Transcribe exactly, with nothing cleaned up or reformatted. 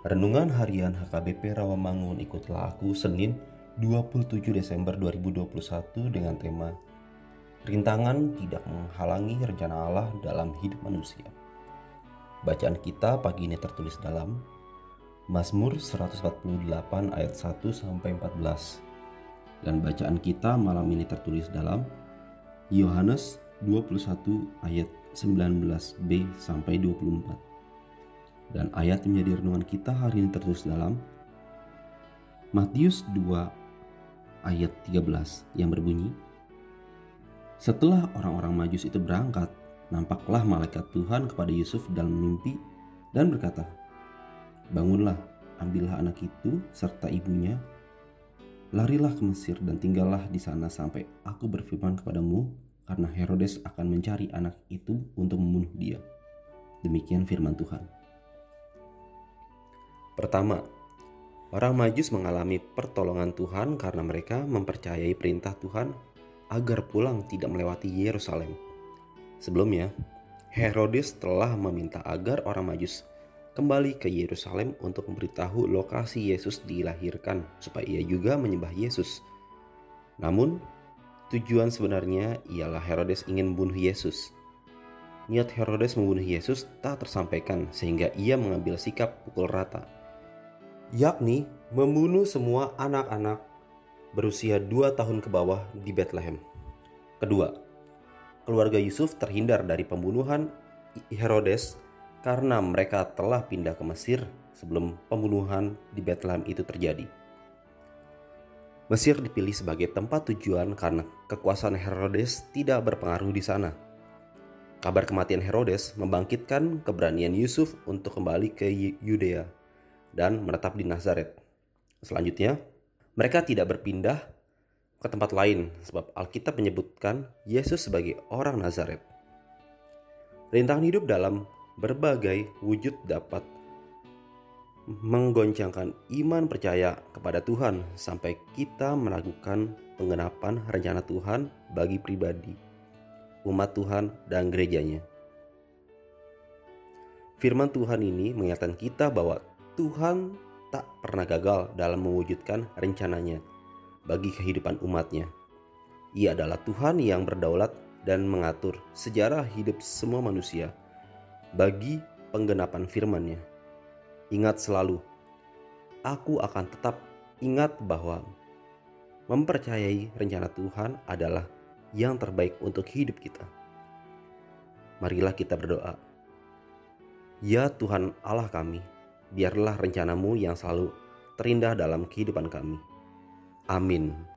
Renungan Harian H K B P Rawamangun Ikutlah Aku Senin dua puluh tujuh Desember dua ribu dua puluh satu dengan tema Rintangan tidak menghalangi rencana Allah dalam hidup manusia. Bacaan kita pagi ini tertulis dalam Mazmur seratus empat puluh delapan ayat satu sampai empat belas. Dan bacaan kita malam ini tertulis dalam Yohanes dua puluh satu ayat sembilan belas b sampai dua puluh empat. Dan ayat yang menjadi renungan kita hari ini tertulis dalam Matius dua ayat tiga belas yang berbunyi, setelah orang-orang Majus itu berangkat, nampaklah malaikat Tuhan kepada Yusuf dalam mimpi dan berkata, bangunlah, ambillah anak itu serta ibunya, larilah ke Mesir dan tinggallah di sana sampai aku berfirman kepadamu, karena Herodes akan mencari anak itu untuk membunuh dia. Demikian firman Tuhan. Pertama, orang Majus mengalami pertolongan Tuhan karena mereka mempercayai perintah Tuhan agar pulang tidak melewati Yerusalem. Sebelumnya, Herodes telah meminta agar orang Majus kembali ke Yerusalem untuk memberitahu lokasi Yesus dilahirkan supaya ia juga menyembah Yesus. Namun, tujuan sebenarnya ialah Herodes ingin membunuh Yesus. Niat Herodes membunuh Yesus tak tersampaikan sehingga ia mengambil sikap pukul rata, yakni membunuh semua anak-anak berusia dua tahun ke bawah di Bethlehem. Kedua, keluarga Yusuf terhindar dari pembunuhan Herodes karena mereka telah pindah ke Mesir sebelum pembunuhan di Bethlehem itu terjadi. Mesir dipilih sebagai tempat tujuan karena kekuasaan Herodes tidak berpengaruh di sana. Kabar kematian Herodes membangkitkan keberanian Yusuf untuk kembali ke Yudea dan menetap di Nazaret. Selanjutnya, mereka tidak berpindah ke tempat lain sebab Alkitab menyebutkan Yesus sebagai orang Nazaret. Rintangan hidup dalam berbagai wujud dapat menggoncangkan iman percaya kepada Tuhan sampai kita meragukan penggenapan rencana Tuhan bagi pribadi, umat Tuhan, dan gerejanya. Firman Tuhan ini mengingatkan kita bahwa Tuhan tak pernah gagal dalam mewujudkan rencananya bagi kehidupan umatnya. Ia adalah Tuhan yang berdaulat dan mengatur sejarah hidup semua manusia bagi penggenapan firman-Nya. Ingat selalu, aku akan tetap ingat bahwa mempercayai rencana Tuhan adalah yang terbaik untuk hidup kita. Marilah kita berdoa. Ya Tuhan Allah kami, biarlah rencana-Mu yang selalu terindah dalam kehidupan kami. Amin.